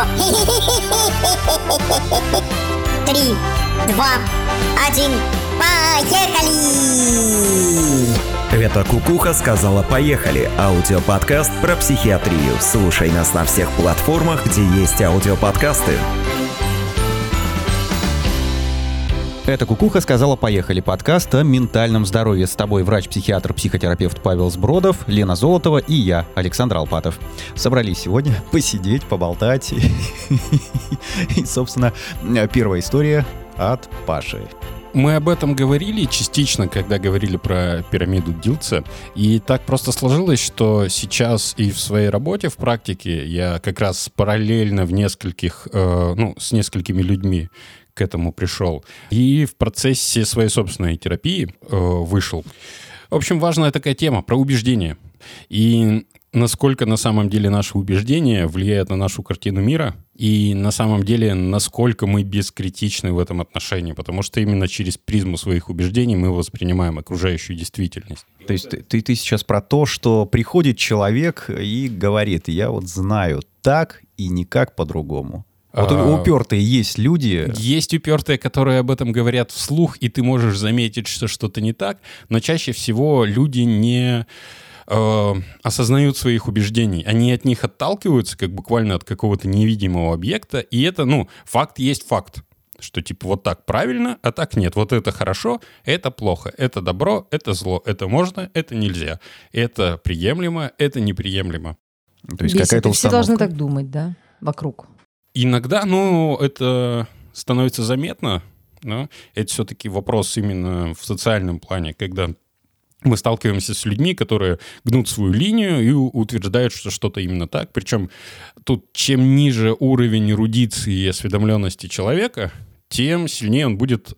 3, 2, 1, поехали! Это «Кукуха сказала поехали» – аудиоподкаст про психиатрию. Слушай нас на всех платформах, где есть аудиоподкасты. Это «Кукуха сказала поехали» — подкаст о ментальном здоровье. С тобой врач-психиатр, психотерапевт Павел Сбродов, Лена Золотова и я, Александр Алпатов. Собрались сегодня посидеть, поболтать. И, собственно, первая история от Паши. Мы об этом говорили частично, когда говорили про пирамиду Дилца. И так просто сложилось, что сейчас и в своей работе, в практике, я как раз параллельно с несколькими людьми к этому пришел. И в процессе своей собственной терапии вышел. В общем, важная такая тема про убеждения. И насколько на самом деле наши убеждения влияют на нашу картину мира. И на самом деле, насколько мы бескритичны в этом отношении. Потому что именно через призму своих убеждений мы воспринимаем окружающую действительность. То есть ты сейчас про то, что приходит человек и говорит: я вот знаю так и никак по-другому. Вот упертые есть люди. Есть упертые, которые об этом говорят вслух, и ты можешь заметить, что что-то не так, но чаще всего люди не осознают своих убеждений. Они от них отталкиваются, как буквально от какого-то невидимого объекта, и это, факт есть факт. Что типа вот так правильно, а так нет. Вот это хорошо, это плохо. Это добро, это зло. Это можно, это нельзя. Это приемлемо, это неприемлемо. То есть какая-то установка. Все должны так думать, да, вокруг. Иногда, это становится заметно, но это все-таки вопрос именно в социальном плане, когда мы сталкиваемся с людьми, которые гнут свою линию и утверждают, что что-то именно так. Причем тут чем ниже уровень эрудиции и осведомленности человека, тем сильнее он будет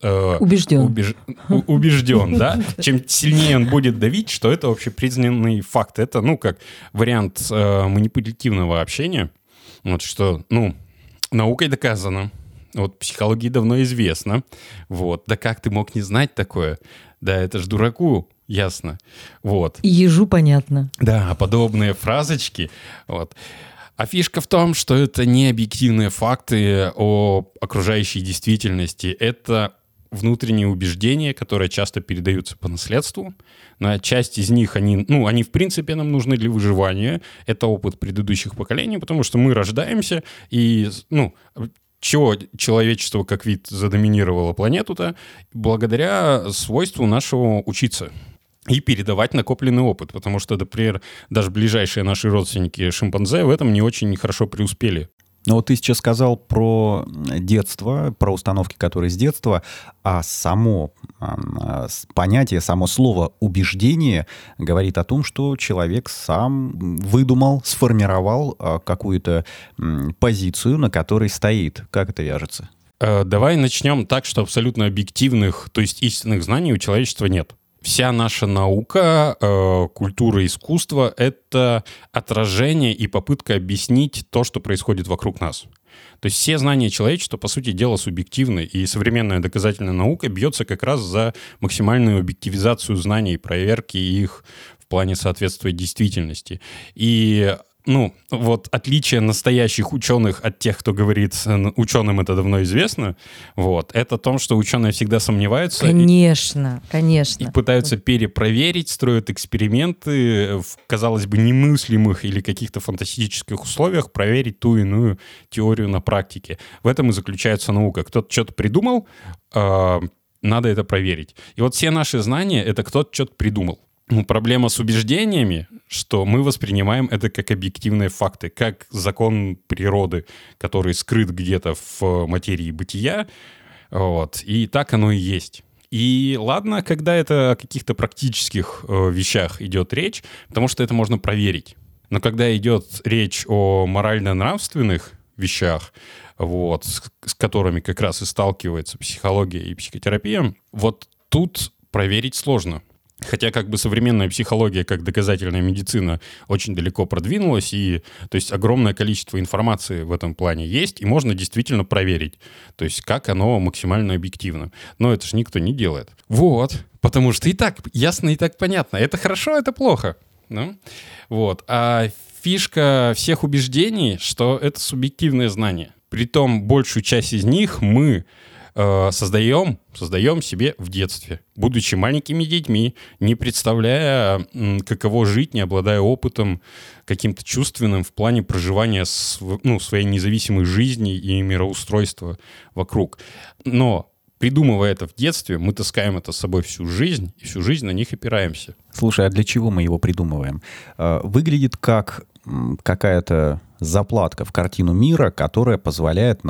убежден, да? Чем сильнее он будет давить, что это общепризнанный факт. Это, как вариант манипулятивного общения. Вот что, наукой доказано. Вот психологии давно известно. Вот. Да как ты мог не знать такое? Да это ж дураку ясно. Вот. И ежу понятно. Да, подобные фразочки. Вот. А фишка в том, что это не объективные факты о окружающей действительности. Это внутренние убеждения, которые часто передаются по наследству. Но часть из них, они в принципе нам нужны для выживания. Это опыт предыдущих поколений, потому что мы рождаемся, и, чего человечество как вид задоминировало планету-то? Благодаря свойству нашего учиться и передавать накопленный опыт. Потому что, например, даже ближайшие наши родственники шимпанзе в этом не очень хорошо преуспели. Но вот ты сейчас сказал про детство, про установки, которые с детства, а само понятие, само слово «убеждение» говорит о том, что человек сам выдумал, сформировал какую-то позицию, на которой стоит. Как это вяжется? Давай начнем так, что абсолютно объективных, то есть истинных знаний у человечества нет. Вся наша наука, культура, искусство — это отражение и попытка объяснить то, что происходит вокруг нас. То есть все знания человечества, по сути дела, субъективны, и современная доказательная наука бьется как раз за максимальную объективизацию знаний, проверки их в плане соответствия действительности. И отличие настоящих ученых от тех, кто говорит, ученым это давно известно, это то, что ученые всегда сомневаются. Конечно. И пытаются перепроверить, строят эксперименты в, казалось бы, немыслимых или каких-то фантастических условиях, проверить ту иную теорию на практике. В этом и заключается наука. Кто-то что-то придумал, надо это проверить. И вот все наши знания — это кто-то что-то придумал. Проблема с убеждениями, что мы воспринимаем это как объективные факты, как закон природы, который скрыт где-то в материи бытия. И так оно и есть. И ладно, когда это о каких-то практических вещах идет речь, потому что это можно проверить. Но когда идет речь о морально-нравственных вещах, с которыми как раз и сталкивается психология и психотерапия, тут проверить сложно. Хотя современная психология, как доказательная медицина, очень далеко продвинулась, и то есть огромное количество информации в этом плане есть, и можно действительно проверить, то есть как оно максимально объективно. Но это же никто не делает. Потому что и так ясно, и так понятно. Это хорошо, это плохо. А фишка всех убеждений, что это субъективное знание. Притом большую часть из них мы создаем себе в детстве, будучи маленькими детьми, не представляя, каково жить, не обладая опытом каким-то чувственным в плане проживания своей независимой жизни и мироустройства вокруг. Но придумывая это в детстве, мы таскаем это с собой всю жизнь, и всю жизнь на них опираемся. Слушай, а для чего мы его придумываем? Выглядит как какая-то заплатка в картину мира, которая позволяет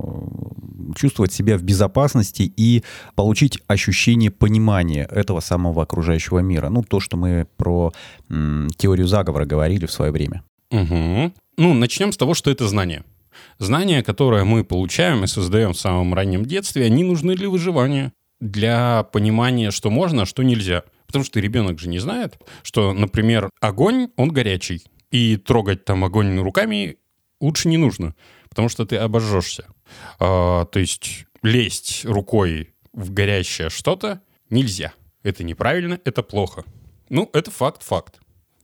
нам чувствовать себя в безопасности и получить ощущение понимания этого самого окружающего мира. Ну, то, что мы про теорию заговора говорили в свое время. Угу. Начнем с того, что это знание. Знания, которые мы получаем и создаем в самом раннем детстве, они нужны для выживания, для понимания, что можно, а что нельзя. Потому что ребенок же не знает, что, например, огонь, он горячий. И трогать там огонь руками лучше не нужно, потому что ты обожжешься. То есть лезть рукой в горящее что-то нельзя. Это неправильно, это плохо. Это факт.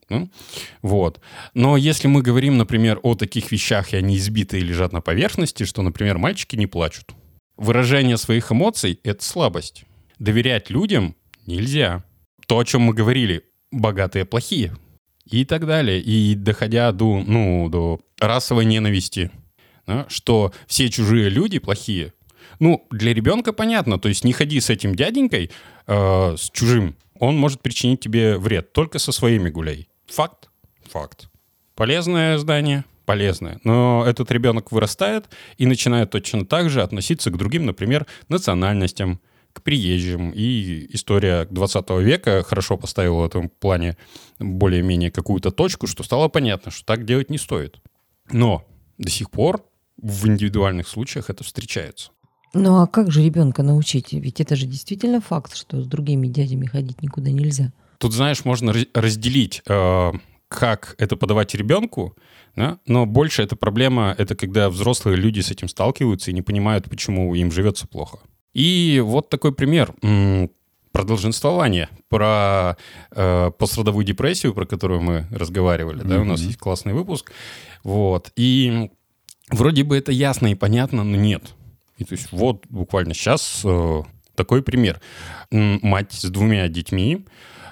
Вот. Но если мы говорим, например, о таких вещах, и они избитые лежат на поверхности, что, например, мальчики не плачут. Выражение своих эмоций — это слабость. Доверять людям нельзя. То, о чем мы говорили, богатые плохие. И так далее. И доходя до расовой ненависти, да, что все чужие люди плохие. Для ребенка понятно. То есть не ходи с этим дяденькой, с чужим. Он может причинить тебе вред. Только со своими гуляй. Факт. Полезное здание. Полезное. Но этот ребенок вырастает и начинает точно так же относиться к другим, например, национальностям, к приезжим. И история 20 века хорошо поставила в этом плане более-менее какую-то точку, что стало понятно, что так делать не стоит. Но до сих пор в индивидуальных случаях это встречается. А как же ребенка научить? Ведь это же действительно факт, что с другими дядями ходить никуда нельзя. Тут, знаешь, можно разделить, как это подавать ребенку, да? Но больше эта проблема, это когда взрослые люди с этим сталкиваются и не понимают, почему им живется плохо. И вот такой пример про долженствование, про пострадовую депрессию, про которую мы разговаривали. Да? У нас есть классный выпуск. Вот. И вроде бы это ясно и понятно, но нет. И то есть вот буквально сейчас такой пример. Мать с 2 детьми,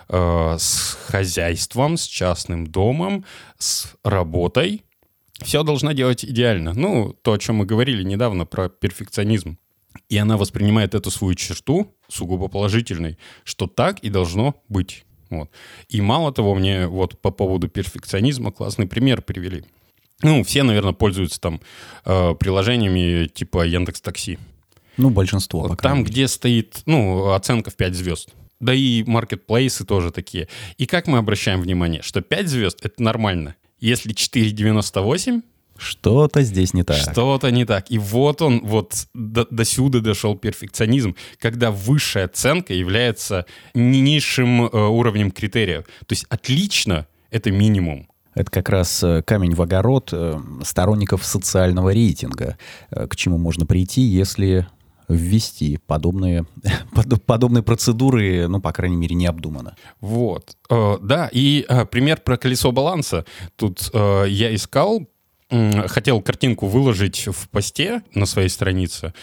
с хозяйством, с частным домом, с работой. Все должна делать идеально. То, о чем мы говорили недавно про перфекционизм. И она воспринимает эту свою черту сугубо положительной, что так и должно быть. Вот. И мало того, мне вот по поводу перфекционизма классный пример привели. Все, наверное, пользуются там приложениями типа Яндекс.Такси. Большинство. Вот там, где стоит оценка в 5 звезд. Да и маркетплейсы тоже такие. И как мы обращаем внимание, что 5 звезд — это нормально. Если 4,98... Что-то здесь не так. Что-то не так. И вот он, до сюда дошел перфекционизм, когда высшая оценка является низшим уровнем критериев. То есть отлично — это минимум. Это как раз камень в огород сторонников социального рейтинга. К чему можно прийти, если ввести подобные процедуры, по крайней мере, необдуманно. Вот. Да, и пример про колесо баланса. Тут я искал, хотел картинку выложить в посте на своей странице,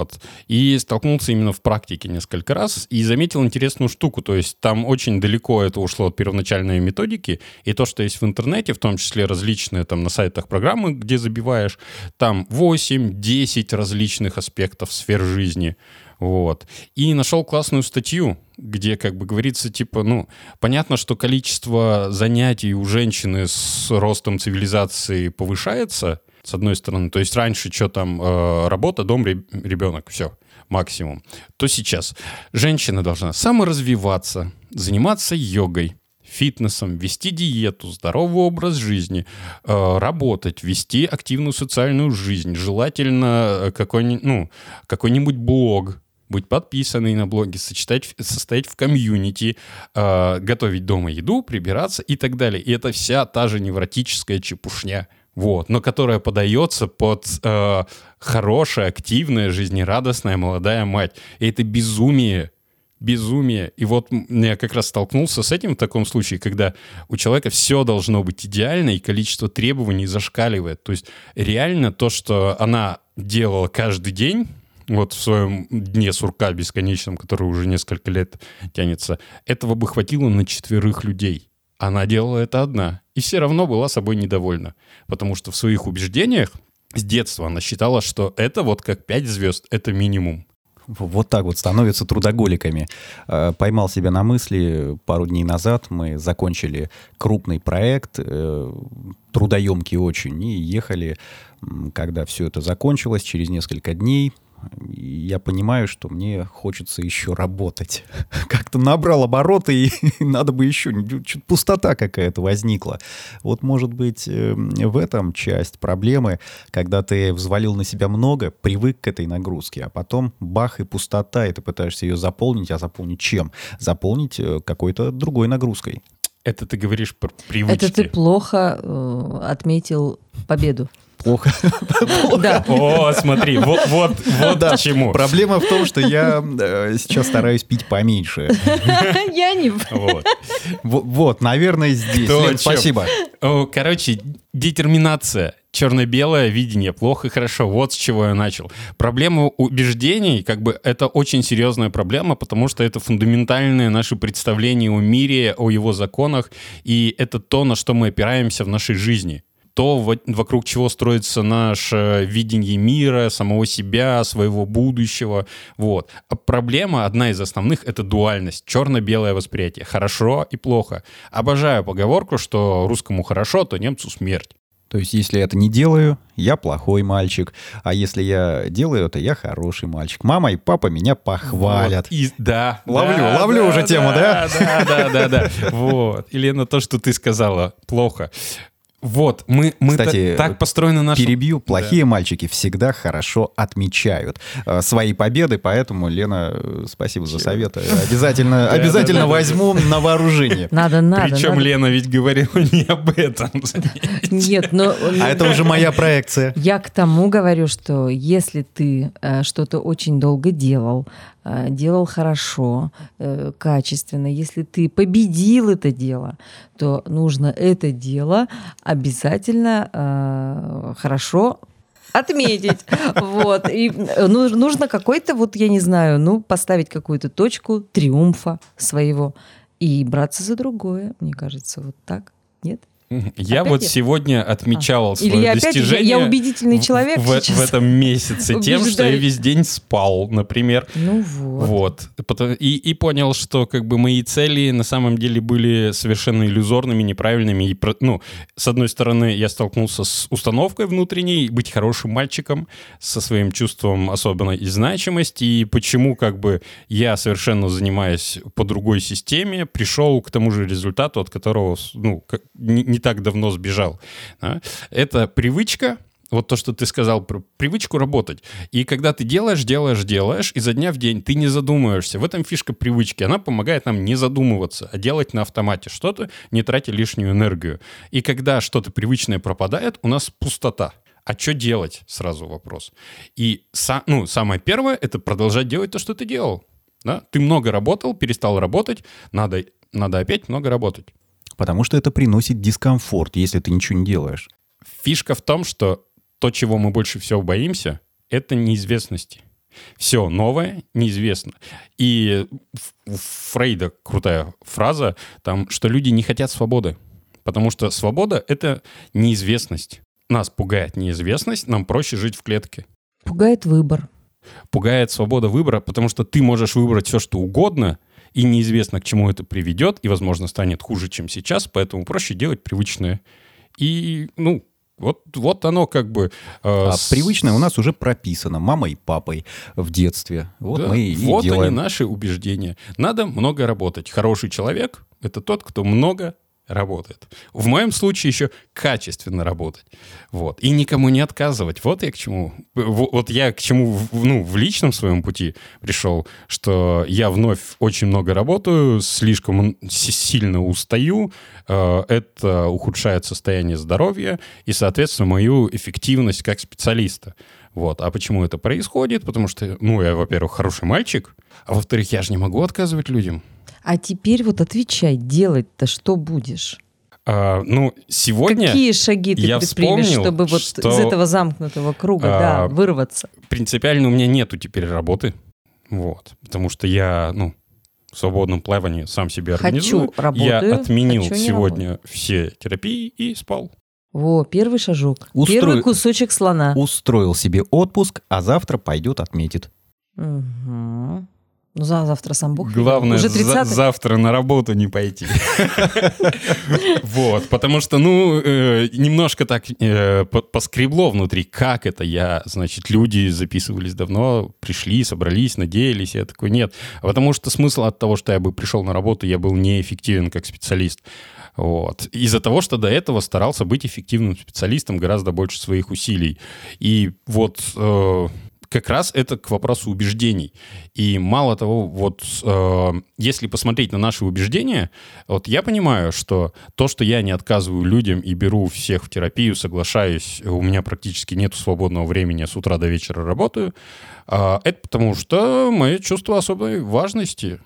и столкнулся именно в практике несколько раз и заметил интересную штуку, то есть там очень далеко это ушло от первоначальной методики, и то, что есть в интернете, в том числе различные там на сайтах программы, где забиваешь, там 8-10 различных аспектов сфер жизни. И нашел классную статью, где, говорится, понятно, что количество занятий у женщины с ростом цивилизации повышается, с одной стороны. То есть раньше что там, работа, дом, ребенок, все, максимум. То сейчас женщина должна саморазвиваться, заниматься йогой, фитнесом, вести диету, здоровый образ жизни, работать, вести активную социальную жизнь, желательно какой-нибудь блог, быть подписанной на блоге, состоять в комьюнити, готовить дома еду, прибираться и так далее. И это вся та же невротическая чепушня, но которая подается под хорошая, активная, жизнерадостная молодая мать. И это безумие безумие. И вот я как раз столкнулся с этим в таком случае, когда у человека все должно быть идеально, и количество требований зашкаливает. То есть реально то, что она делала каждый день, вот в своем дне сурка бесконечном, который уже несколько лет тянется, этого бы хватило на 4 людей. Она делала это одна. И все равно была собой недовольна. Потому что в своих убеждениях с детства она считала, что это вот как 5 звезд, это минимум. Вот так вот становятся трудоголиками. Поймал себя на мысли, пару дней назад мы закончили крупный проект, трудоемкий очень, и ехали, когда все это закончилось, через несколько дней, я понимаю, что мне хочется еще работать. Как-то набрал обороты, и надо бы еще... Чуть пустота какая-то возникла. Вот, может быть, в этом часть проблемы, когда ты взвалил на себя много, привык к этой нагрузке, а потом бах и пустота, и ты пытаешься ее заполнить, а заполнить чем? Заполнить какой-то другой нагрузкой. Это ты говоришь про привычки. Это ты плохо отметил победу. Плохо. Да. О, смотри, вот Да, чему. проблема в том, что я сейчас стараюсь пить поменьше. Я не... Вот, наверное, здесь. Кто о Лен, чем? спасибо. Короче, детерминация, черно-белое видение, плохо и хорошо. Вот с чего я начал. Проблема убеждений, как бы, это очень серьезная проблема, потому что это фундаментальное наше представление о мире, о его законах, и это то, на что мы опираемся в нашей жизни. То, вокруг чего строится наше видение мира, самого себя, своего будущего. Вот. А проблема, одна из основных, это дуальность, черно-белое восприятие. Хорошо и плохо. Обожаю поговорку, что русскому хорошо, то немцу смерть. То есть, если я это не делаю, я плохой мальчик. А если я делаю это, я хороший мальчик. Мама и папа меня похвалят. Вот. Да. Ловлю уже тему, да? Да. Вот. Или на то, что ты сказала, плохо. Вот, мы Кстати, так построены наши... Перебью. Плохие мальчики всегда хорошо отмечают свои победы, поэтому, Лена, спасибо за советы. Обязательно возьму на вооружение. Надо. Причем Лена ведь говорила не об этом. Нет, но... А это уже моя проекция. Я к тому говорю, что если ты что-то очень долго делал хорошо, качественно, если ты победил это дело, то нужно это дело обязательно хорошо отметить. Вот. И нужно какой-то, вот я не знаю, поставить какую-то точку триумфа своего и браться за другое, мне кажется, вот так. Нет? Я Опять вот я? сегодня отмечал Или свое я опять, достижение я убедительный человек в сейчас. этом месяце тем, что я весь день спал, например. Ну вот. И понял, что как бы мои цели на самом деле были совершенно иллюзорными, неправильными. И, с одной стороны, я столкнулся с установкой внутренней быть хорошим мальчиком, со своим чувством особенной значимости, и почему как бы я, совершенно занимаясь по другой системе, пришел к тому же результату, от которого не так давно сбежал. Да? Это привычка, вот то, что ты сказал про привычку работать. И когда ты делаешь, изо дня в день ты не задумываешься. В этом фишка привычки. Она помогает нам не задумываться, а делать на автомате что-то, не тратя лишнюю энергию. И когда что-то привычное пропадает, у нас пустота. А что делать? Сразу вопрос. И самое первое — это продолжать делать то, что ты делал. Да? Ты много работал, перестал работать, надо опять много работать. Потому что это приносит дискомфорт, если ты ничего не делаешь. Фишка в том, что то, чего мы больше всего боимся, это неизвестности. Все новое неизвестно. И у Фрейда крутая фраза, там, что люди не хотят свободы. Потому что свобода — это неизвестность. Нас пугает неизвестность, нам проще жить в клетке. Пугает выбор. Пугает свобода выбора, потому что ты можешь выбрать все, что угодно, и неизвестно, к чему это приведет, и, возможно, станет хуже, чем сейчас, поэтому проще делать привычное. И, вот оно как бы... привычное у нас уже прописано мамой и папой в детстве. Вот да, мы и вот делаем. они, наши убеждения. Надо много работать. Хороший человек — это тот, кто много работает. В моем случае еще качественно работать. Вот. И никому не отказывать. Вот я к чему. Вот я к чему в личном своем пути пришел, что я вновь очень много работаю, слишком сильно устаю, это ухудшает состояние здоровья и, соответственно, мою эффективность как специалиста. Вот. А почему это происходит? Потому что, ну, я, во-первых, хороший мальчик, а во-вторых, я же не могу отказывать людям. А теперь вот отвечай, делать-то что будешь? Ну, сегодня Какие шаги ты я предпримешь, вспомнил, чтобы вот что, из этого замкнутого круга вырваться? принципиально у меня нету теперь работы. Вот. Потому что я, в свободном плавании сам себе организую. Работаю, я отменил хочу, не сегодня все терапии и спал. Во, первый шажок. Первый кусочек слона. Устроил себе отпуск, а завтра пойдет отметит. Угу. Ну, завтра сам Бог. Главное, уже 30-й. завтра на работу не пойти. Вот, потому что, немножко так поскребло внутри, как это я, значит, люди записывались давно, пришли, собрались, надеялись, я такой, нет. Потому что смысл от того, что я бы пришел на работу, я был неэффективен как специалист. Вот. Из-за того, что до этого старался быть эффективным специалистом, гораздо больше своих усилий. И вот как раз это к вопросу убеждений. И мало того, вот если посмотреть на наши убеждения, вот я понимаю, что то, что я не отказываю людям и беру всех в терапию, соглашаюсь, у меня практически нет свободного времени, с утра до вечера работаю, это потому что мое чувство особой важности.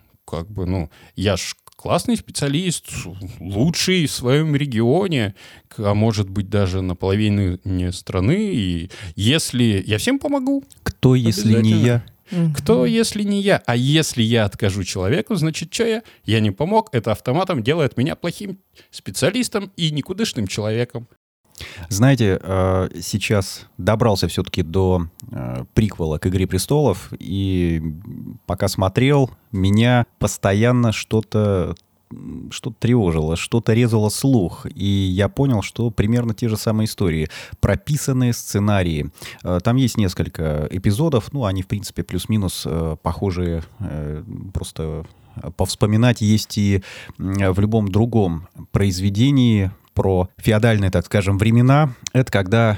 Я ж классный специалист, лучший в своем регионе, а может быть даже на половине страны. И если я всем помогу. Кто, если не я? Кто, если не я? А если я откажу человеку, значит, что я? Я не помог, это автоматом делает меня плохим специалистом и никудышным человеком. Знаете, сейчас добрался все-таки до приквела к «Игре престолов», и пока смотрел, меня постоянно что-то тревожило, что-то резало слух. И я понял, что примерно те же самые истории. Прописанные сценарии. Там есть несколько эпизодов, они, в принципе, плюс-минус похожие, просто повспоминать есть и в любом другом произведении про феодальные, так скажем, времена. Это когда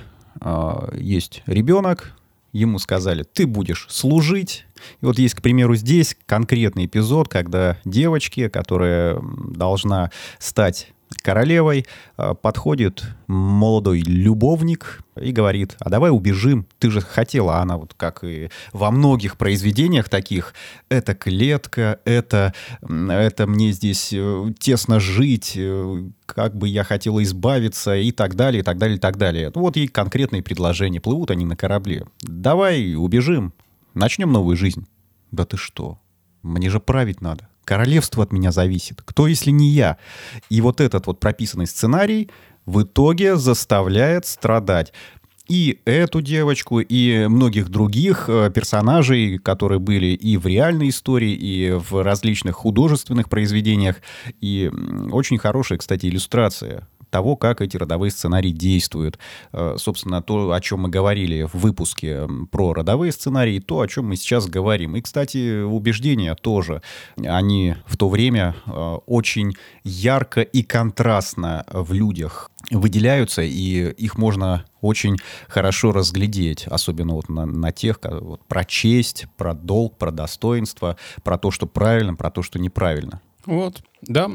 есть ребенок, ему сказали, ты будешь служить. И вот есть, к примеру, здесь конкретный эпизод, когда девочке, которая должна стать королевой, подходит молодой любовник и говорит, а давай убежим, ты же хотела. Она вот как и во многих произведениях таких, это клетка, это мне здесь тесно жить, как бы я хотела избавиться и так далее, и так далее, и так далее. Вот ей конкретные предложения. Плывут они на корабле. Давай убежим, начнем новую жизнь. Да ты что? Мне же править надо. Королевство от меня зависит. Кто, если не я? И вот этот вот прописанный сценарий в итоге заставляет страдать и эту девочку, и многих других персонажей, которые были и в реальной истории, и в различных художественных произведениях. И очень хорошая, кстати, иллюстрация того, как эти родовые сценарии действуют. Собственно, то, о чем мы говорили в выпуске про родовые сценарии, то, о чем мы сейчас говорим. И, кстати, убеждения тоже. Они в то время очень ярко и контрастно в людях выделяются, и их можно очень хорошо разглядеть, особенно вот на тех, про честь, про долг, про достоинство, про то, что правильно, про то, что неправильно. Вот, да.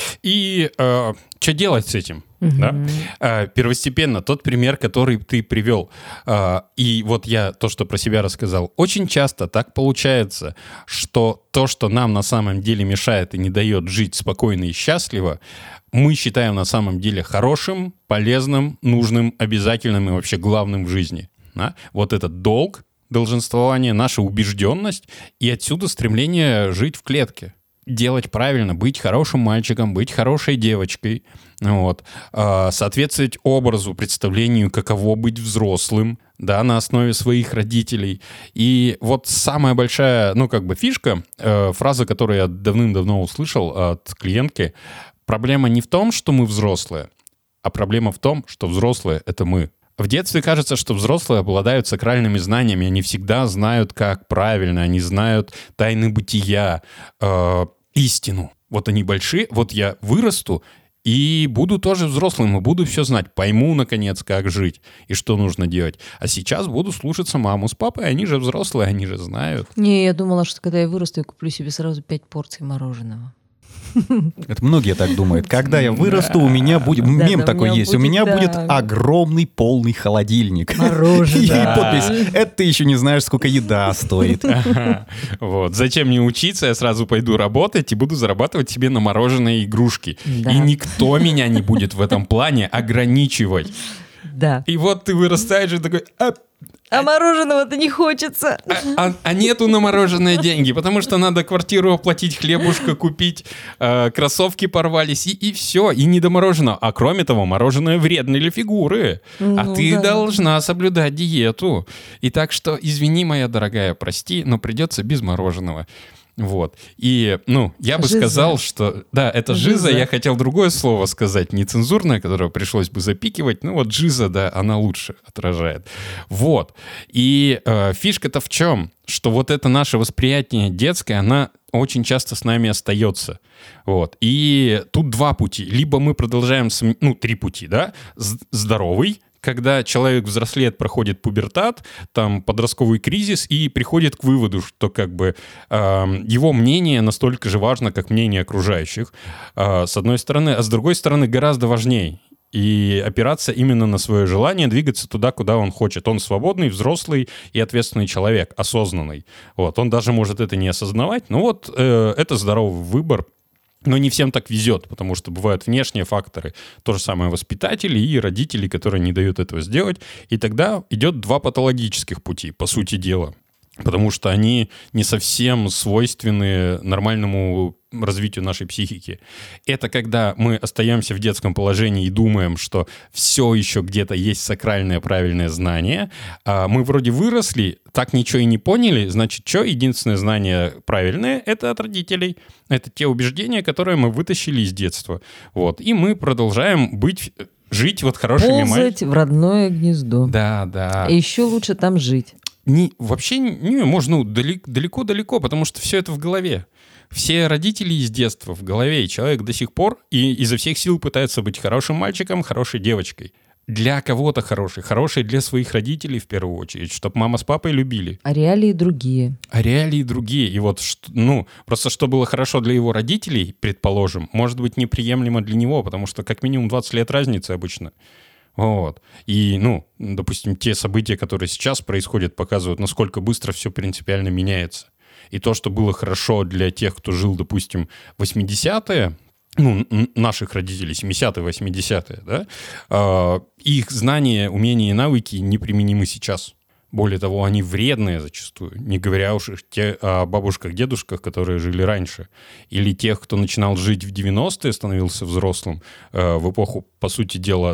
И что делать с этим? Да? Первостепенно, тот пример, который ты привел. И вот я то, что про себя рассказал. Очень часто так получается, что то, что нам на самом деле мешает и не дает жить спокойно и счастливо, мы считаем на самом деле хорошим, полезным, нужным, обязательным и вообще главным в жизни. Да? Вот этот долг, долженствование, наша убежденность и отсюда стремление жить в клетке. Делать правильно, быть хорошим мальчиком, быть хорошей девочкой, вот, соответствовать образу, представлению, каково быть взрослым, да, на основе своих родителей. И вот самая большая, фишка, фраза, которую я давным-давно услышал от клиентки, проблема не в том, что мы взрослые, а проблема в том, что взрослые — это мы. В детстве кажется, что взрослые обладают сакральными знаниями, они всегда знают, как правильно, они знают тайны бытия, истину. Вот они большие, вот я вырасту и буду тоже взрослым, и буду все знать, пойму, наконец, как жить и что нужно делать. А сейчас буду слушаться маму с папой, они же взрослые, они же знают. Не, я думала, что когда я вырасту, я куплю себе сразу 5 порций мороженого. Это многие так думают. Когда я вырасту, у меня будет... Мем такой есть. У меня будет огромный полный холодильник. Мороженое. И подпись. Это ты еще не знаешь, сколько еда стоит. Вот. Зачем мне учиться? Я сразу пойду работать и буду зарабатывать себе на мороженые игрушки. Да. И никто меня не будет в этом плане ограничивать. Да. И вот ты вырастаешь и такой... А мороженого-то не хочется. А нету на мороженое деньги, потому что надо квартиру оплатить, хлебушка купить, кроссовки порвались, и все, и не до мороженого. А кроме того, мороженое вредно для фигуры. А ты должна соблюдать диету. И так что, извини, моя дорогая, прости, но придется без мороженого. Вот. И, я бы сказал, что... Да, это жиза. Я хотел другое слово сказать, нецензурное, которое пришлось бы запикивать. Жиза, да, она лучше отражает. Вот. И фишка-то в чем? Что вот это наше восприятие детское, она очень часто с нами остается. Вот. И тут два пути. Либо мы продолжаем... три пути, да? Здоровый, когда человек взрослеет, проходит пубертат, там подростковый кризис и приходит к выводу, что его мнение настолько же важно, как мнение окружающих, с одной стороны, а с другой стороны гораздо важнее. И опираться именно на свое желание двигаться туда, куда он хочет. Он свободный, взрослый и ответственный человек, осознанный. Вот. Он даже может это не осознавать, но это здоровый выбор. Но не всем так везет, потому что бывают внешние факторы. То же самое воспитатели и родители, которые не дают этого сделать. И тогда идет два патологических пути, по сути дела. Потому что они не совсем свойственны нормальному развитию нашей психики. Это когда мы остаемся в детском положении и думаем, что все еще где-то есть сакральное правильное знание. А мы вроде выросли, так ничего и не поняли. Значит, что? Единственное знание правильное — это от родителей. Это те убеждения, которые мы вытащили из детства. Вот. И мы продолжаем жить вот хорошими... Ползать в родное гнездо. Да. И еще лучше там жить. Вообще можно далеко-далеко, потому что все это в голове. Все родители из детства в голове, и человек до сих пор и изо всех сил пытается быть хорошим мальчиком, хорошей девочкой. Для кого-то хороший для своих родителей в первую очередь, чтобы мама с папой любили. А реалии другие. И вот, просто что было хорошо для его родителей, предположим, может быть неприемлемо для него, потому что как минимум 20 лет разницы обычно. Вот. И, допустим, те события, которые сейчас происходят, показывают, насколько быстро все принципиально меняется. И то, что было хорошо для тех, кто жил, допустим, 80-е, наших родителей, 70-е, 80-е, да, их знания, умения и навыки неприменимы сейчас. Более того, они вредные зачастую, не говоря уж о бабушках, дедушках, которые жили раньше. Или тех, кто начинал жить в 90-е, становился взрослым в эпоху, по сути дела,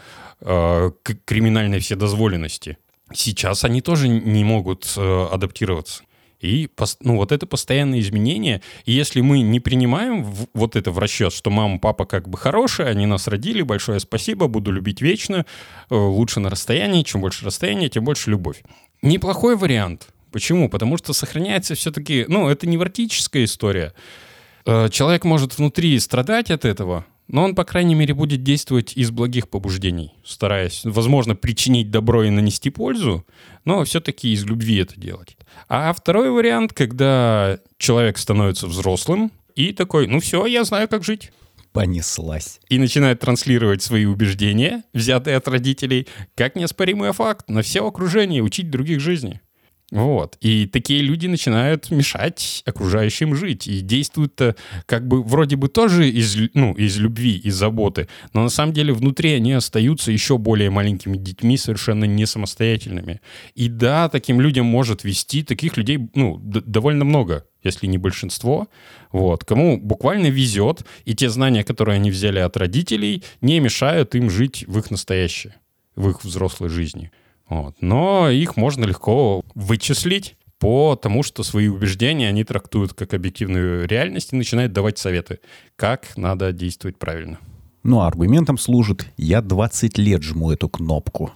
криминальной вседозволенности. Сейчас они тоже не могут адаптироваться. И вот это постоянное изменение. И если мы не принимаем вот это в расчет, что мама, папа хорошие, они нас родили, большое спасибо, буду любить вечно, лучше на расстоянии, чем больше расстояния, тем больше любовь. Неплохой вариант. Почему? Потому что сохраняется все-таки, это невротическая история. Человек может внутри страдать от этого, но он, по крайней мере, будет действовать из благих побуждений, стараясь, возможно, причинить добро и нанести пользу, но все-таки из любви это делать. А второй вариант, когда человек становится взрослым и такой, все, я знаю, как жить. Понеслась. И начинает транслировать свои убеждения, взятые от родителей, как неоспоримый факт на все окружение, учить других жизни. Вот. И такие люди начинают мешать окружающим жить. И действуют вроде бы тоже из любви, из заботы, но на самом деле внутри они остаются еще более маленькими детьми, совершенно не самостоятельными. И да, таким людям может вести, таких людей довольно много, если не большинство. Вот. Кому буквально везет, и те знания, которые они взяли от родителей, не мешают им жить в их настоящее, в их взрослой жизни. Вот. Но их можно легко вычислить по тому, что свои убеждения они трактуют как объективную реальность и начинают давать советы, как надо действовать правильно. Аргументом служит: я 20 лет жму эту кнопку.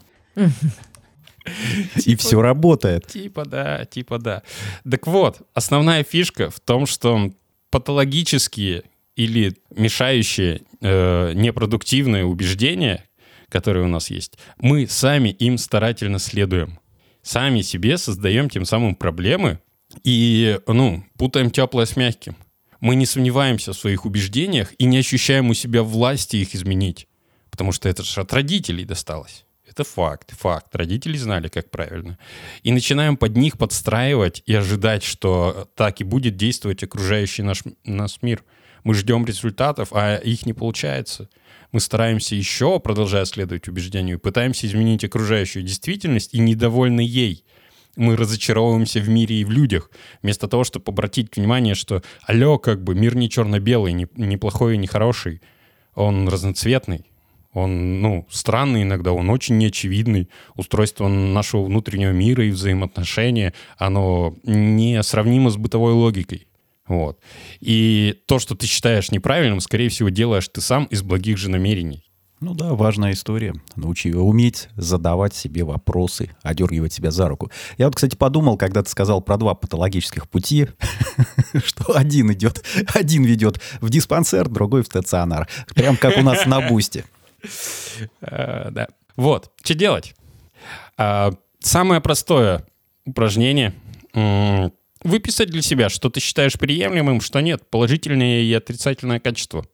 И все работает. Типа да. Так вот, основная фишка в том, что патологические или мешающие непродуктивные убеждения, которые у нас есть, мы сами им старательно следуем. Сами себе создаем тем самым проблемы и, путаем теплое с мягким. Мы не сомневаемся в своих убеждениях и не ощущаем у себя власти их изменить. Потому что это же от родителей досталось. Это факт. Родители знали, как правильно. И начинаем под них подстраивать и ожидать, что так и будет действовать окружающий наш мир. Мы ждем результатов, а их не получается. Мы стараемся еще, продолжая следовать убеждению, пытаемся изменить окружающую действительность и недовольны ей. Мы разочаровываемся в мире и в людях, вместо того, чтобы обратить внимание, что алло, как бы мир не черно-белый, не плохой и не хороший. Он разноцветный. Он, странный иногда, он очень неочевидный. Устройство нашего внутреннего мира и взаимоотношения, оно несравнимо с бытовой логикой. Вот. И то, что ты считаешь неправильным, скорее всего, делаешь ты сам из благих же намерений. Ну да, важная история. Уметь задавать себе вопросы, одергивать себя за руку. Я вот, кстати, подумал, когда ты сказал про 2 патологических пути, что один ведет в диспансер, другой в стационар. Прям как у нас на Бусте. Да. Вот. Что делать? Самое простое упражнение — выписать для себя, что ты считаешь приемлемым, что нет, положительное и отрицательное качество.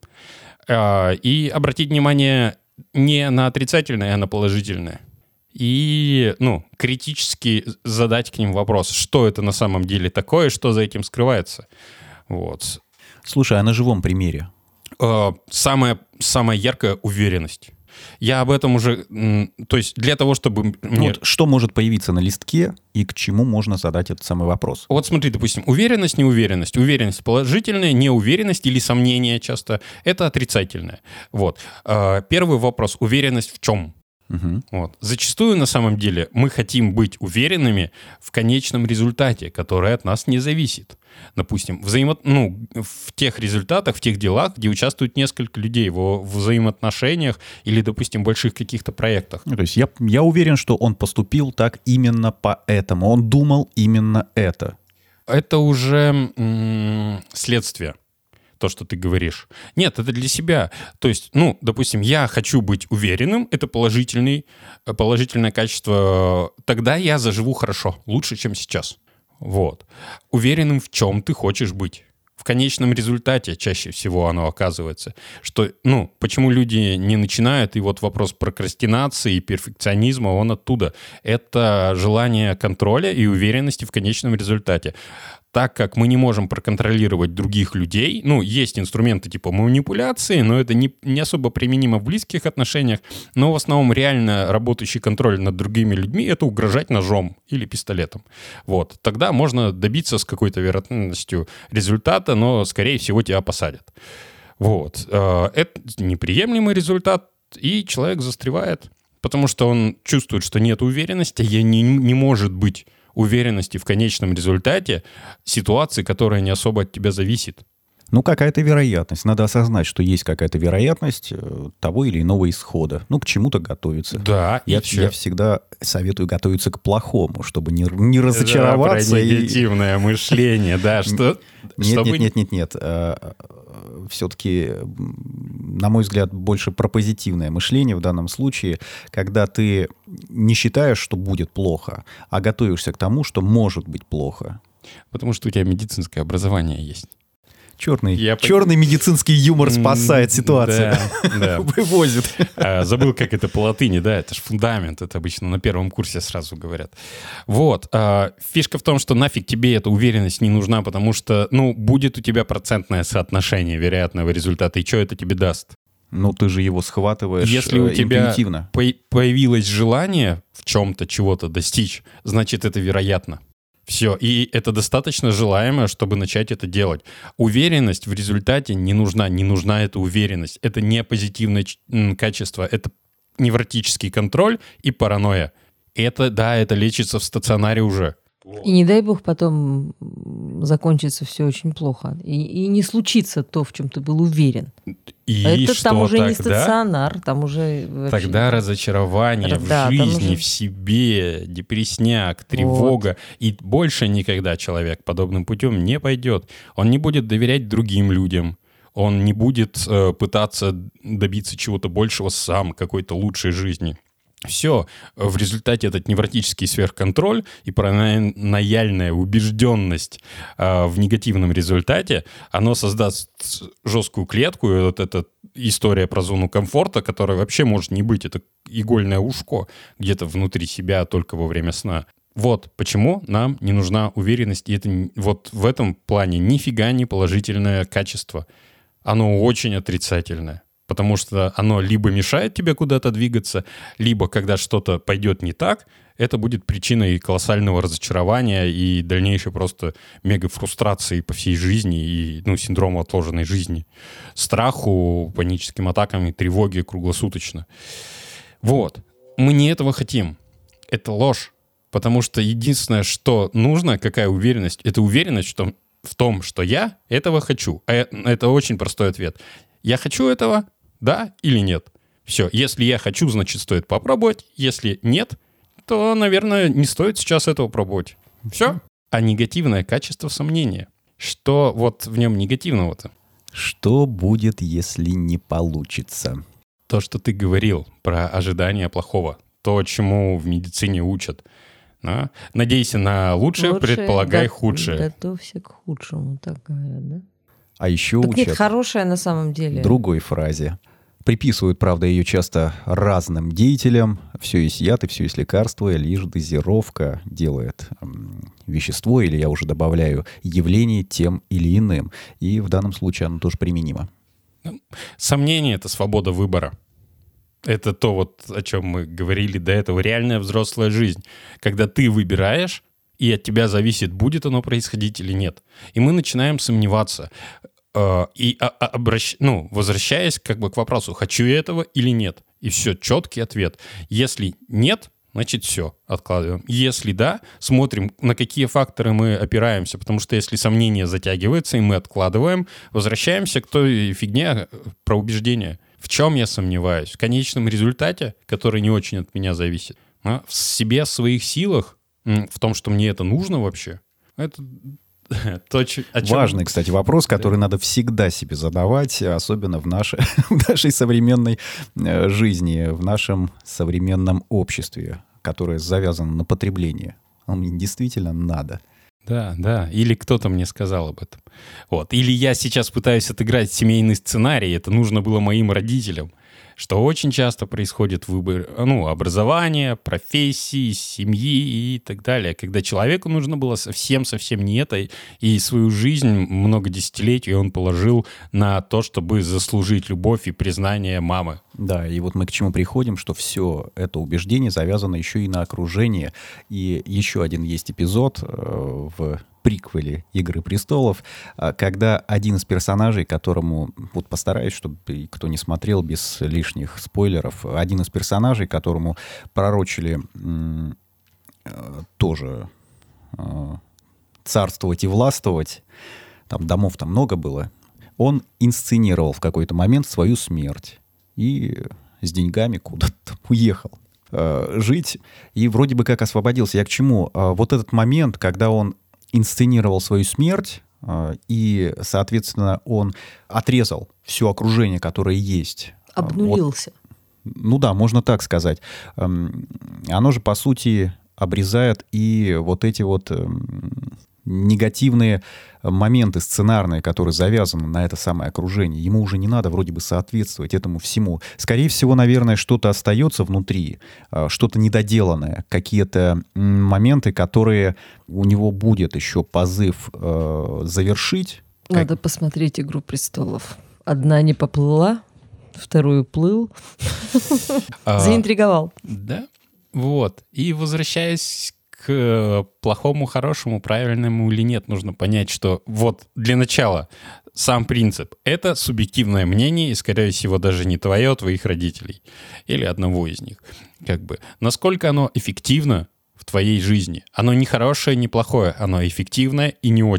И обратить внимание не на отрицательное, а на положительное. И, критически задать к ним вопрос, что это на самом деле такое, что за этим скрывается. Вот. Слушай, а на живом примере? Самая яркая уверенность. Я об этом уже... То есть для того, чтобы... Что может появиться на листке и к чему можно задать этот самый вопрос? Вот смотри, допустим, уверенность, неуверенность. Уверенность положительная, неуверенность или сомнение часто — это отрицательное. Вот. Первый вопрос. Уверенность в чем? Угу. Вот. Зачастую, на самом деле, мы хотим быть уверенными в конечном результате, который от нас не зависит. Допустим, в тех результатах, в тех делах, где участвуют несколько людей, в взаимоотношениях или, допустим, больших каких-то проектах. То есть я уверен, что он поступил так именно поэтому. Он думал именно это. Это уже следствие. То, что ты говоришь. Нет, это для себя. То есть, допустим, я хочу быть уверенным, это положительное качество, тогда я заживу хорошо, лучше, чем сейчас. Вот. Уверенным в чем ты хочешь быть. В конечном результате чаще всего оно оказывается. Что, почему люди не начинают, и вот вопрос прокрастинации и перфекционизма, он оттуда. Это желание контроля и уверенности в конечном результате. Так как мы не можем проконтролировать других людей, есть инструменты типа манипуляции, но это не особо применимо в близких отношениях, но в основном реально работающий контроль над другими людьми — это угрожать ножом или пистолетом. Вот. Тогда можно добиться с какой-то вероятностью результата, но, скорее всего, тебя посадят. Вот. Это неприемлемый результат, и человек застревает, потому что он чувствует, что нет уверенности, не может быть уверенности в конечном результате ситуации, которая не особо от тебя зависит. Какая-то вероятность. Надо осознать, что есть какая-то вероятность того или иного исхода. К чему-то готовиться. Да. Я всегда советую готовиться к плохому, чтобы не разочароваться. Про негативное мышление, да. Нет. Все-таки, на мой взгляд, больше про позитивное мышление в данном случае, когда ты не считаешь, что будет плохо, а готовишься к тому, что может быть плохо. Потому что у тебя медицинское образование есть. Черный медицинский юмор спасает ситуацию. Да. Вывозит. Забыл, как это по латыни, да, это же фундамент, это обычно на первом курсе сразу говорят. Вот. Фишка в том, что нафиг тебе эта уверенность не нужна, потому что, будет у тебя процентное соотношение вероятного результата, и что это тебе даст? Ты же его схватываешь интуитивно. Если у тебя появилось желание в чем-то чего-то достичь, значит, это вероятно. Все, и это достаточно желаемо, чтобы начать это делать. Уверенность в результате не нужна эта уверенность. Это не позитивное качество, это невротический контроль и паранойя. Это лечится в стационаре уже. И не дай бог потом закончится все очень плохо. И не случится то, в чем ты был уверен. И это что там уже тогда? Не стационар, там уже... Вообще... Тогда разочарование в жизни, в себе, депрессняк, тревога. И больше никогда человек подобным путем не пойдет. Он не будет доверять другим людям. Он не будет пытаться добиться чего-то большего сам, какой-то лучшей жизни. Все, в результате этот невротический сверхконтроль и паранояльная убежденность в негативном результате, оно создаст жесткую клетку, и вот эта история про зону комфорта, которая вообще может не быть, это игольное ушко где-то внутри себя только во время сна. Вот почему нам не нужна уверенность, и это вот в этом плане нифига не положительное качество. Оно очень отрицательное. Потому что оно либо мешает тебе куда-то двигаться, либо, когда что-то пойдет не так, это будет причиной колоссального разочарования и дальнейшей просто мегафрустрации по всей жизни и синдрома отложенной жизни. Страху, паническим атакам и тревоге круглосуточно. Вот. Мы не этого хотим. Это ложь. Потому что единственное, что нужно, какая уверенность, это уверенность в том, что я этого хочу. А это очень простой ответ. Я хочу этого, да или нет? Все, если я хочу, значит, стоит попробовать. Если нет, то, наверное, не стоит сейчас этого пробовать. Все. А негативное качество сомнения. Что вот в нем негативного-то? Что будет, если не получится? То, что ты говорил про ожидание плохого. То, чему в медицине учат. Да? Надейся на лучшее, предполагай худшее. Готовься к худшему, так говорят, да? А еще так учат нет, хорошая на самом деле. Другой фразе. Приписывают, правда, ее часто разным деятелям. Все есть яд и все есть лекарство, лишь дозировка делает вещество, или я уже добавляю явление тем или иным. И в данном случае оно тоже применимо. Сомнение — это свобода выбора. Это то, вот, о чем мы говорили до этого. Реальная взрослая жизнь. Когда ты выбираешь, и от тебя зависит, будет оно происходить или нет. И мы начинаем сомневаться. И возвращаясь как бы к вопросу, хочу я этого или нет. И все, четкий ответ. Если нет, значит все, откладываем. Если да, смотрим, на какие факторы мы опираемся. Потому что если сомнение затягивается, и мы откладываем, возвращаемся к той фигне про убеждение. В чем я сомневаюсь? В конечном результате, который не очень от меня зависит. В себе, в своих силах, в том, что мне это нужно вообще, это то, о чем... Важный, кстати, вопрос, который надо всегда себе задавать, особенно в нашей современной жизни, в нашем современном обществе, которое завязано на потреблении. Мне действительно надо. Да. Или кто-то мне сказал об этом. Вот. Или я сейчас пытаюсь отыграть семейный сценарий, это нужно было моим родителям. Что очень часто происходит выбор образования, профессии, семьи и так далее. Когда человеку нужно было совсем не это, и свою жизнь, много десятилетий он положил на то, чтобы заслужить любовь и признание мамы. Да, и вот мы к чему приходим, что все это убеждение завязано еще и на окружение. И еще один есть эпизод в приквеле «Игры престолов», когда один из персонажей, которому, вот постараюсь, чтобы кто не смотрел без лишних спойлеров, один из персонажей, которому пророчили тоже царствовать и властвовать, там домов-то много было, он инсценировал в какой-то момент свою смерть и с деньгами куда-то уехал жить, и вроде бы как освободился. Я к чему? Вот этот момент, когда он инсценировал свою смерть, и, соответственно, он отрезал все окружение, которое есть. Обнулился. Да, можно так сказать. Оно же, по сути, обрезает и вот эти вот негативные моменты сценарные, которые завязаны на это самое окружение. Ему уже не надо вроде бы соответствовать этому всему. Скорее всего, наверное, что-то остается внутри, что-то недоделанное, какие-то моменты, которые у него будет еще позыв завершить. Надо посмотреть «Игру престолов». Одна не поплыла, вторую плыл. Заинтриговал. Да, вот. И возвращаясь к плохому, хорошему, правильному или нет, нужно понять, что вот для начала сам принцип — это субъективное мнение, и, скорее всего, даже не твое, а твоих родителей или одного из них. Насколько оно эффективно в твоей жизни? Оно не хорошее, не плохое, оно эффективное и не очень.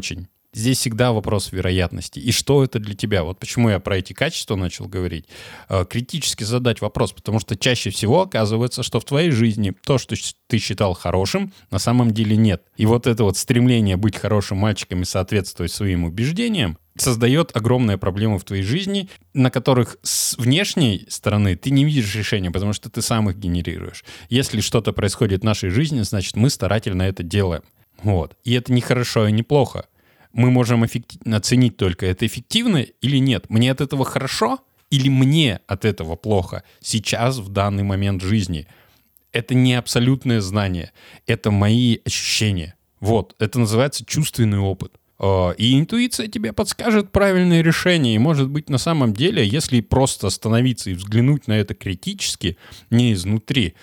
Здесь всегда вопрос вероятности. И что это для тебя? Вот почему я про эти качества начал говорить. Критически задать вопрос, потому что чаще всего оказывается, что в твоей жизни то, что ты считал хорошим, на самом деле нет. И вот это вот стремление быть хорошим мальчиком и соответствовать своим убеждениям создает огромные проблемы в твоей жизни, на которых с внешней стороны ты не видишь решения, потому что ты сам их генерируешь. Если что-то происходит в нашей жизни, значит, мы старательно это делаем. Вот. И это не хорошо и не плохо. Мы можем оценить только, это эффективно или нет. Мне от этого хорошо или мне от этого плохо сейчас, в данный момент жизни. Это не абсолютное знание, это мои ощущения. Вот, это называется чувственный опыт. И интуиция тебе подскажет правильное решение. И, может быть, на самом деле, если просто остановиться и взглянуть на это критически, не изнутри,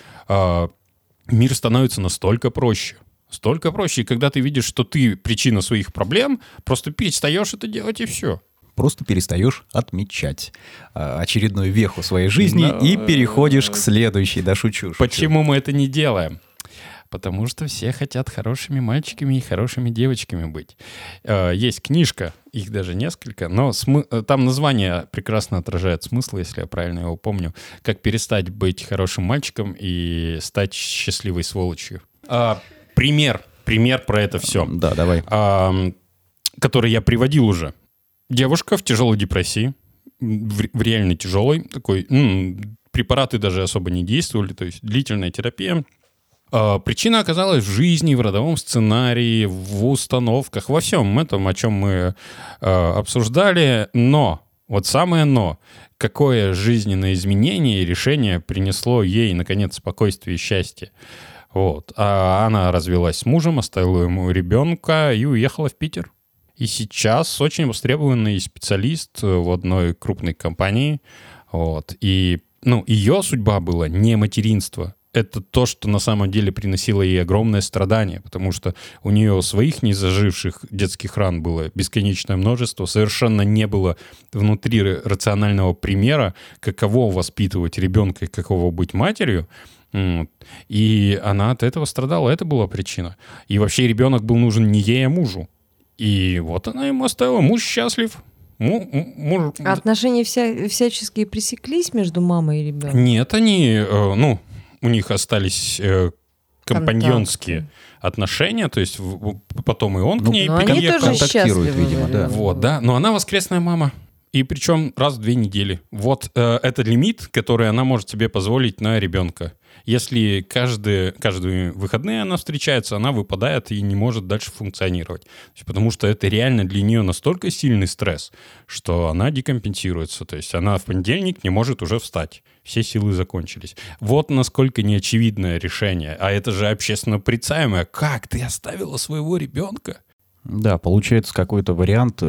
мир становится настолько проще. Столько проще. И когда ты видишь, что ты причина своих проблем, просто перестаешь это делать, и все. Просто перестаешь отмечать очередную веху своей жизни и переходишь к следующей. Да, шучу. Почему мы это не делаем? Потому что все хотят хорошими мальчиками и хорошими девочками быть. Есть книжка, их даже несколько, но там название прекрасно отражает смысл, если я правильно его помню. «Как перестать быть хорошим мальчиком и стать счастливой сволочью». Пример про это все. Да, давай. Который я приводил уже. Девушка в тяжелой депрессии, в реально тяжелой, такой, препараты даже особо не действовали, то есть длительная терапия. Причина оказалась в жизни, в родовом сценарии, в установках, во всем этом, о чем мы обсуждали. Но, вот самое но, какое жизненное изменение и решение принесло ей, наконец, спокойствие и счастье. Вот. А она развелась с мужем, оставила ему ребенка и уехала в Питер. И сейчас очень востребованный специалист в одной крупной компании. Вот. И ее судьба была не материнство. Это то, что на самом деле приносило ей огромное страдание, потому что у нее своих незаживших детских ран было бесконечное множество, совершенно не было внутри рационального примера, каково воспитывать ребенка и каково быть матерью. И она от этого страдала, это была причина. И вообще ребенок был нужен не ей, а мужу. И вот она ему оставила, муж счастлив. Муж... А отношения всячески пресеклись между мамой и ребенком? Нет, они, у них остались компаньонские отношения, то есть потом и он к ней приехал. Они тоже контактируют, счастливы, видимо, да. Вот, да, но она воскресная мама. И причем раз в 2 недели. Вот это лимит, который она может себе позволить на ребенка. Если каждые выходные она встречается, она выпадает и не может дальше функционировать. Потому что это реально для нее настолько сильный стресс, что она декомпенсируется. То есть она в понедельник не может уже встать. Все силы закончились. Вот насколько неочевидное решение. А это же общественно порицаемое. Как? Ты оставила своего ребенка? Да, получается какой-то вариант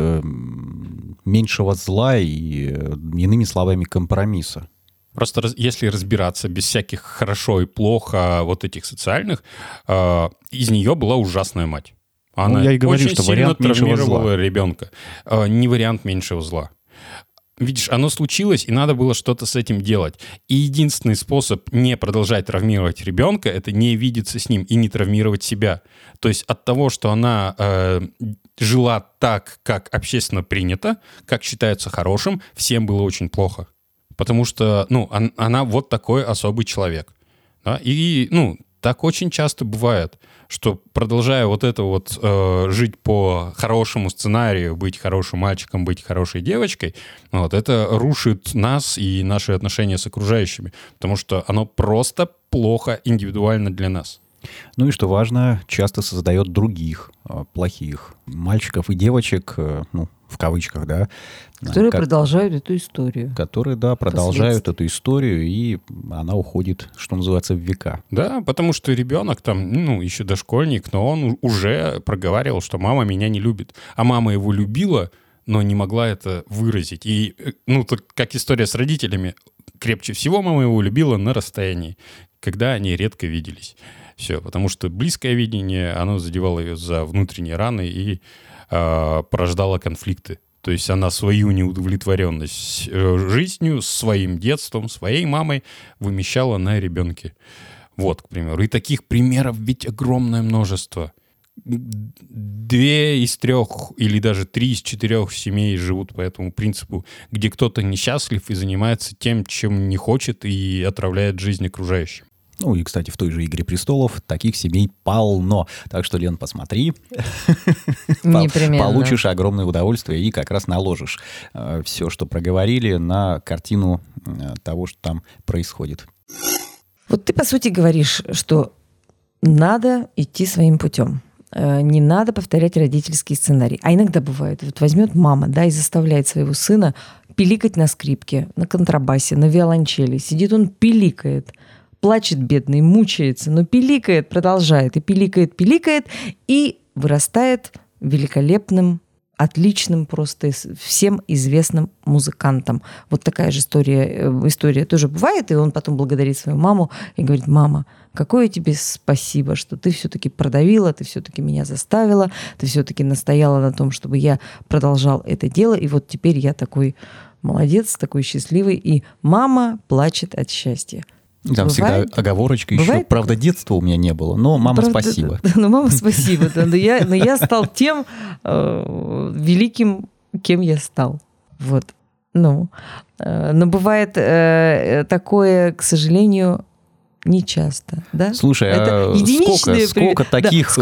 меньшего зла и, иными словами, компромисса. Просто если разбираться без всяких хорошо и плохо вот этих социальных, из нее была ужасная мать. Она я и говорю, очень что сильно вариант меньшего травмировала зла. ребенка. Не вариант меньшего зла. Видишь, оно случилось, и надо было что-то с этим делать. И единственный способ не продолжать травмировать ребенка — это не видеться с ним и не травмировать себя. То есть от того, что она жила так, как общественно принято, как считается хорошим, всем было очень плохо. Потому что, она вот такой особый человек. Да? И, так очень часто бывает, что продолжая вот это вот жить по хорошему сценарию, быть хорошим мальчиком, быть хорошей девочкой, вот это рушит нас и наши отношения с окружающими, потому что оно просто плохо индивидуально для нас. Ну и что важно, часто создает других плохих мальчиков и девочек, в кавычках, да. Которые продолжают эту историю. Которые, да, продолжают эту историю, и она уходит, что называется, в века. Да, потому что ребенок там, еще дошкольник, но он уже проговаривал, что мама меня не любит. А мама его любила, но не могла это выразить. И, тут как история с родителями, крепче всего мама его любила на расстоянии, когда они редко виделись. Все, потому что близкое видение, оно задевало ее за внутренние раны и порождало конфликты. То есть она свою неудовлетворенность жизнью, своим детством, своей мамой вымещала на ребенке. Вот, к примеру. И таких примеров ведь огромное множество. 2 из 3 или даже 3 из 4 семей живут по этому принципу, где кто-то несчастлив и занимается тем, чем не хочет, и отравляет жизнь окружающим. Ну и, кстати, в той же «Игре престолов» таких семей полно. Так что, Лен, посмотри. Непременно. Получишь огромное удовольствие и как раз наложишь все, что проговорили, на картину того, что там происходит. Вот ты, по сути, говоришь, что надо идти своим путем. Не надо повторять родительский сценарий. А иногда бывает, вот возьмет мама, да, и заставляет своего сына пиликать на скрипке, на контрабасе, на виолончели. Сидит он, пиликает. Плачет бедный, мучается, но пиликает, продолжает, и пиликает, и вырастает великолепным, отличным, просто всем известным музыкантом. Вот такая же история тоже бывает, и он потом благодарит свою маму и говорит: мама, какое тебе спасибо, что ты все-таки продавила, ты все-таки меня заставила, ты все-таки настояла на том, чтобы я продолжал это дело, и вот теперь я такой молодец, такой счастливый, и мама плачет от счастья. Там бывает? всегда оговорочка еще. Бывает Правда, детства у меня не было, но мама, Правда, спасибо. Ну, мама, спасибо. Да, но я стал тем великим, кем я стал. Вот. Ну. Но бывает такое, к сожалению, не часто. Да? Слушай, это сколько таких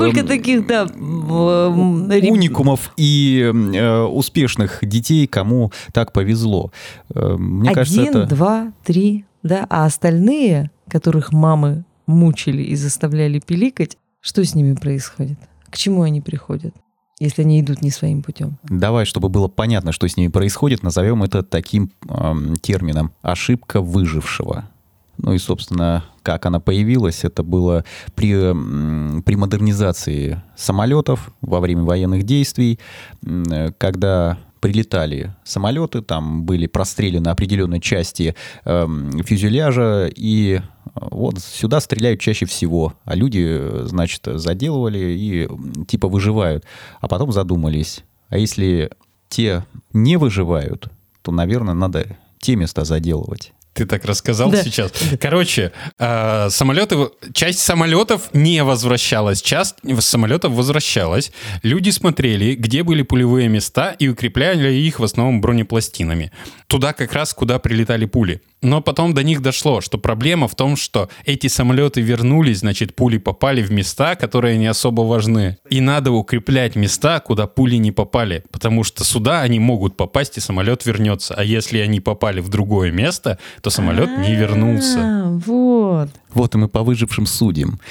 уникумов и успешных детей, кому так повезло? Мне кажется, 1, 2, 3... Да, а остальные, которых мамы мучили и заставляли пиликать, что с ними происходит? К чему они приходят, если они идут не своим путем? Давай, чтобы было понятно, что с ними происходит, назовем это таким термином — ошибка выжившего. Ну и, собственно, как она появилась, это было при модернизации самолетов во время военных действий, когда прилетали самолеты, там были простреляны определенные части фюзеляжа, и вот сюда стреляют чаще всего, а люди, значит, заделывали и типа выживают, а потом задумались, а если те не выживают, то, наверное, надо те места заделывать. Ты так рассказал сейчас. Короче, часть самолетов не возвращалась, часть самолетов возвращалась. Люди смотрели, где были пулевые места, и укрепляли их в основном бронепластинами. Туда как раз, куда прилетали пули. Но потом до них дошло, что проблема в том, что эти самолеты вернулись, значит, пули попали в места, которые не особо важны. И надо укреплять места, куда пули не попали, потому что сюда они могут попасть, и самолет вернется. А если они попали в другое место, то самолет не вернулся. Вот. Вот и мы по выжившим судим.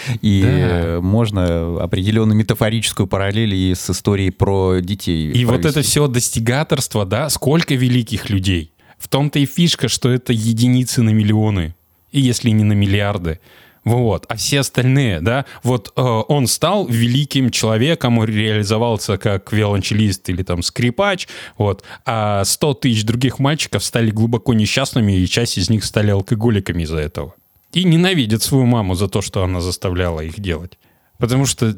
И можно определенную метафорическую параллель и с историей про детей И провести. вот это все достигаторство, да, сколько великих людей. В том-то и фишка, что это единицы на миллионы, и если не на миллиарды. Вот. А все остальные, да, вот он стал великим человеком, реализовался как виолончелист или там скрипач, вот, а 100 тысяч других мальчиков стали глубоко несчастными, и часть из них стали алкоголиками из-за этого. И ненавидят свою маму за то, что она заставляла их делать. Потому что,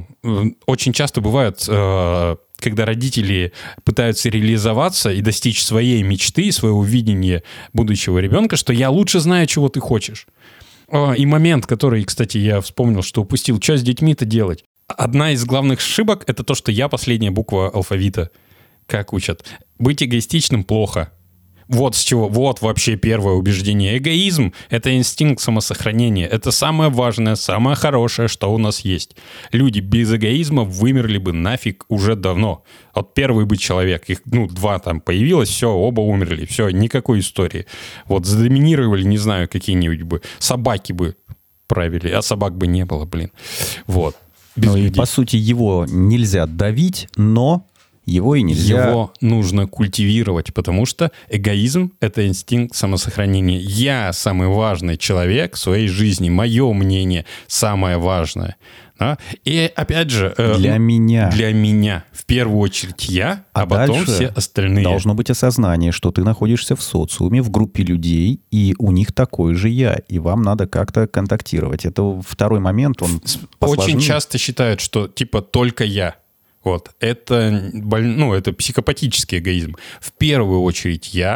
очень часто бывает, когда родители пытаются реализоваться и достичь своей мечты, своего видения будущего ребенка, что я лучше знаю, чего ты хочешь. И момент, который, кстати, я вспомнил, что упустил, что с детьми-то делать. Одна из главных ошибок — это то, что я последняя буква алфавита. Как учат? Быть эгоистичным плохо. Вот с чего, вот вообще первое убеждение. Эгоизм — это инстинкт самосохранения. Это самое важное, самое хорошее, что у нас есть. Люди без эгоизма вымерли бы нафиг уже давно. Вот первый бы человек, их, 2 там появилось, все, оба умерли, все, никакой истории. Вот задоминировали, не знаю, какие-нибудь бы, собаки бы правили, а собак бы не было, блин. Вот. Без и людей. по сути его нельзя давить, но его и нельзя... Его нужно культивировать, потому что эгоизм — это инстинкт самосохранения. Я самый важный человек в своей жизни, мое мнение самое важное. Да? И опять же... Для меня. Для меня. В первую очередь я, а потом все остальные. Должно быть осознание, что ты находишься в социуме, в группе людей, и у них такой же я, и вам надо как-то контактировать. Это второй момент, он посложнее. Очень часто считают, что типа только я. Вот. Это психопатический эгоизм. В первую очередь я,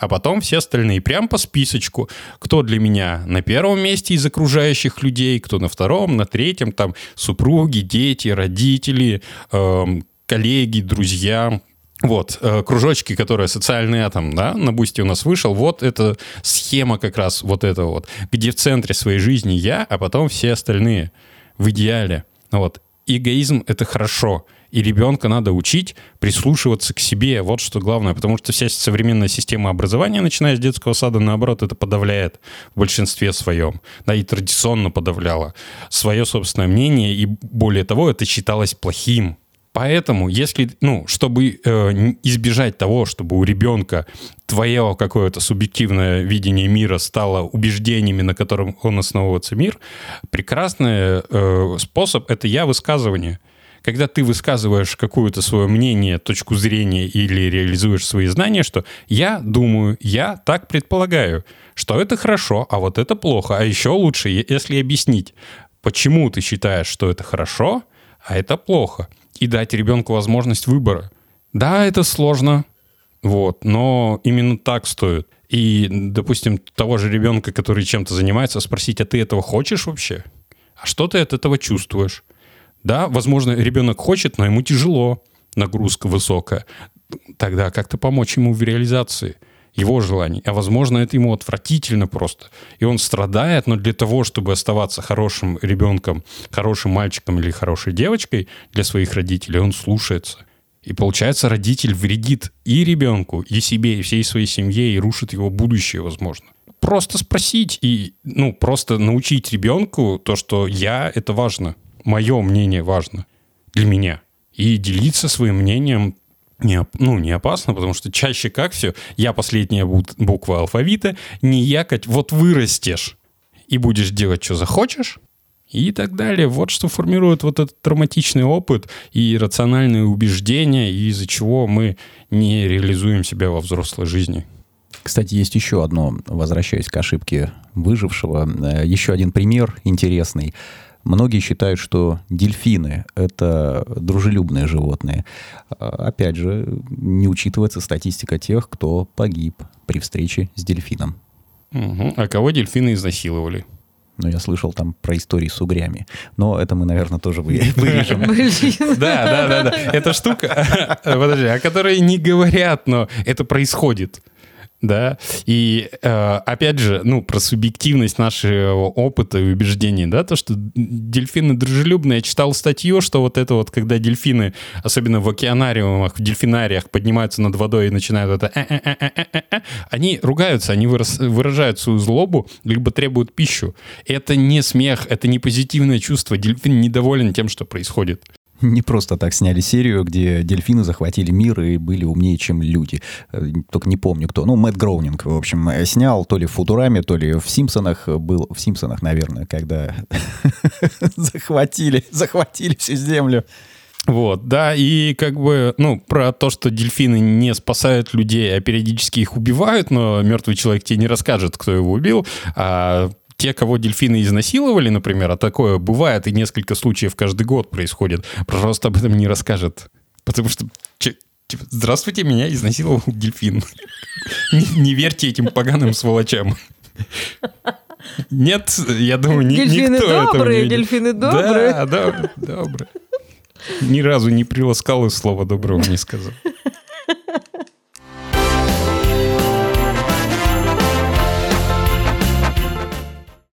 а потом все остальные. Прям по списочку. Кто для меня на первом месте из окружающих людей, кто на втором, на третьем, там супруги, дети, родители, коллеги, друзья. Вот, кружочки, которые социальный атом, да, на Бусти у нас вышел, вот эта схема как раз вот эта вот, где в центре своей жизни я, а потом все остальные в идеале. Вот, эгоизм — это хорошо, и ребенка надо учить прислушиваться к себе, вот что главное, потому что вся современная система образования, начиная с детского сада, наоборот, это подавляет в большинстве своем, да, и традиционно подавляла свое собственное мнение, и более того, это считалось плохим. Поэтому, если, чтобы избежать того, чтобы у ребенка твое какое-то субъективное видение мира стало убеждениями, на котором он основывается мир, прекрасный способ — это высказывание. Когда ты высказываешь какое-то свое мнение, точку зрения или реализуешь свои знания, что я думаю, я так предполагаю, что это хорошо, а вот это плохо, а еще лучше, если объяснить, почему ты считаешь, что это хорошо, а это плохо. И дать ребенку возможность выбора. Да, это сложно, но именно так стоит. И, допустим, того же ребенка, который чем-то занимается, спросить, а ты этого хочешь вообще? А что ты от этого чувствуешь? Да, возможно, ребенок хочет, но ему тяжело, нагрузка высокая. Тогда как-то помочь ему в реализации его желаний. А возможно, это ему отвратительно просто. И он страдает, но для того, чтобы оставаться хорошим ребенком, хорошим мальчиком или хорошей девочкой для своих родителей, он слушается. И получается, родитель вредит и ребенку, и себе, и всей своей семье, и рушит его будущее, возможно. Просто спросить и, просто научить ребенку то, что это важно. Мое мнение важно для меня. И делиться своим мнением не опасно, потому что чаще как все, я последняя буква алфавита, не якать, вот вырастешь и будешь делать, что захочешь, и так далее. Вот что формирует вот этот травматичный опыт и рациональные убеждения, из-за чего мы не реализуем себя во взрослой жизни. Кстати, есть еще одно, возвращаясь к ошибке выжившего, еще один пример интересный. Многие считают, что дельфины — это дружелюбные животные. Опять же, не учитывается статистика тех, кто погиб при встрече с дельфином. Угу. А кого дельфины изнасиловали? Я слышал там про истории с угрями. Но это мы, наверное, тоже вырежем. Да. Эта штука, подожди, о которой не говорят, но это происходит. Да, и опять же, про субъективность нашего опыта и убеждений, да, то, что дельфины дружелюбные. Я читал статью, что вот это вот, когда дельфины, особенно в океанариумах, в дельфинариях, поднимаются над водой и начинают это они ругаются, они выражают свою злобу, либо требуют пищу. Это не смех, это не позитивное чувство. Дельфин недоволен тем, что происходит. Не просто так сняли серию, где дельфины захватили мир и были умнее, чем люди. Только не помню кто. Мэтт Гроунинг, в общем, снял то ли в «Футураме», то ли в «Симпсонах». Был в «Симпсонах», наверное, когда захватили всю Землю. Вот, да, и про то, что дельфины не спасают людей, а периодически их убивают, но мертвый человек тебе не расскажет, кто его убил, те, кого дельфины изнасиловали, например, а такое бывает, и несколько случаев каждый год происходит, просто об этом не расскажет. Потому что, здравствуйте, меня изнасиловал дельфин. Не верьте этим поганым сволочам. Нет, я думаю, никто этого не видит. Дельфины добрые. Да, добрые. Ни разу не приласкал и слова доброго не сказал.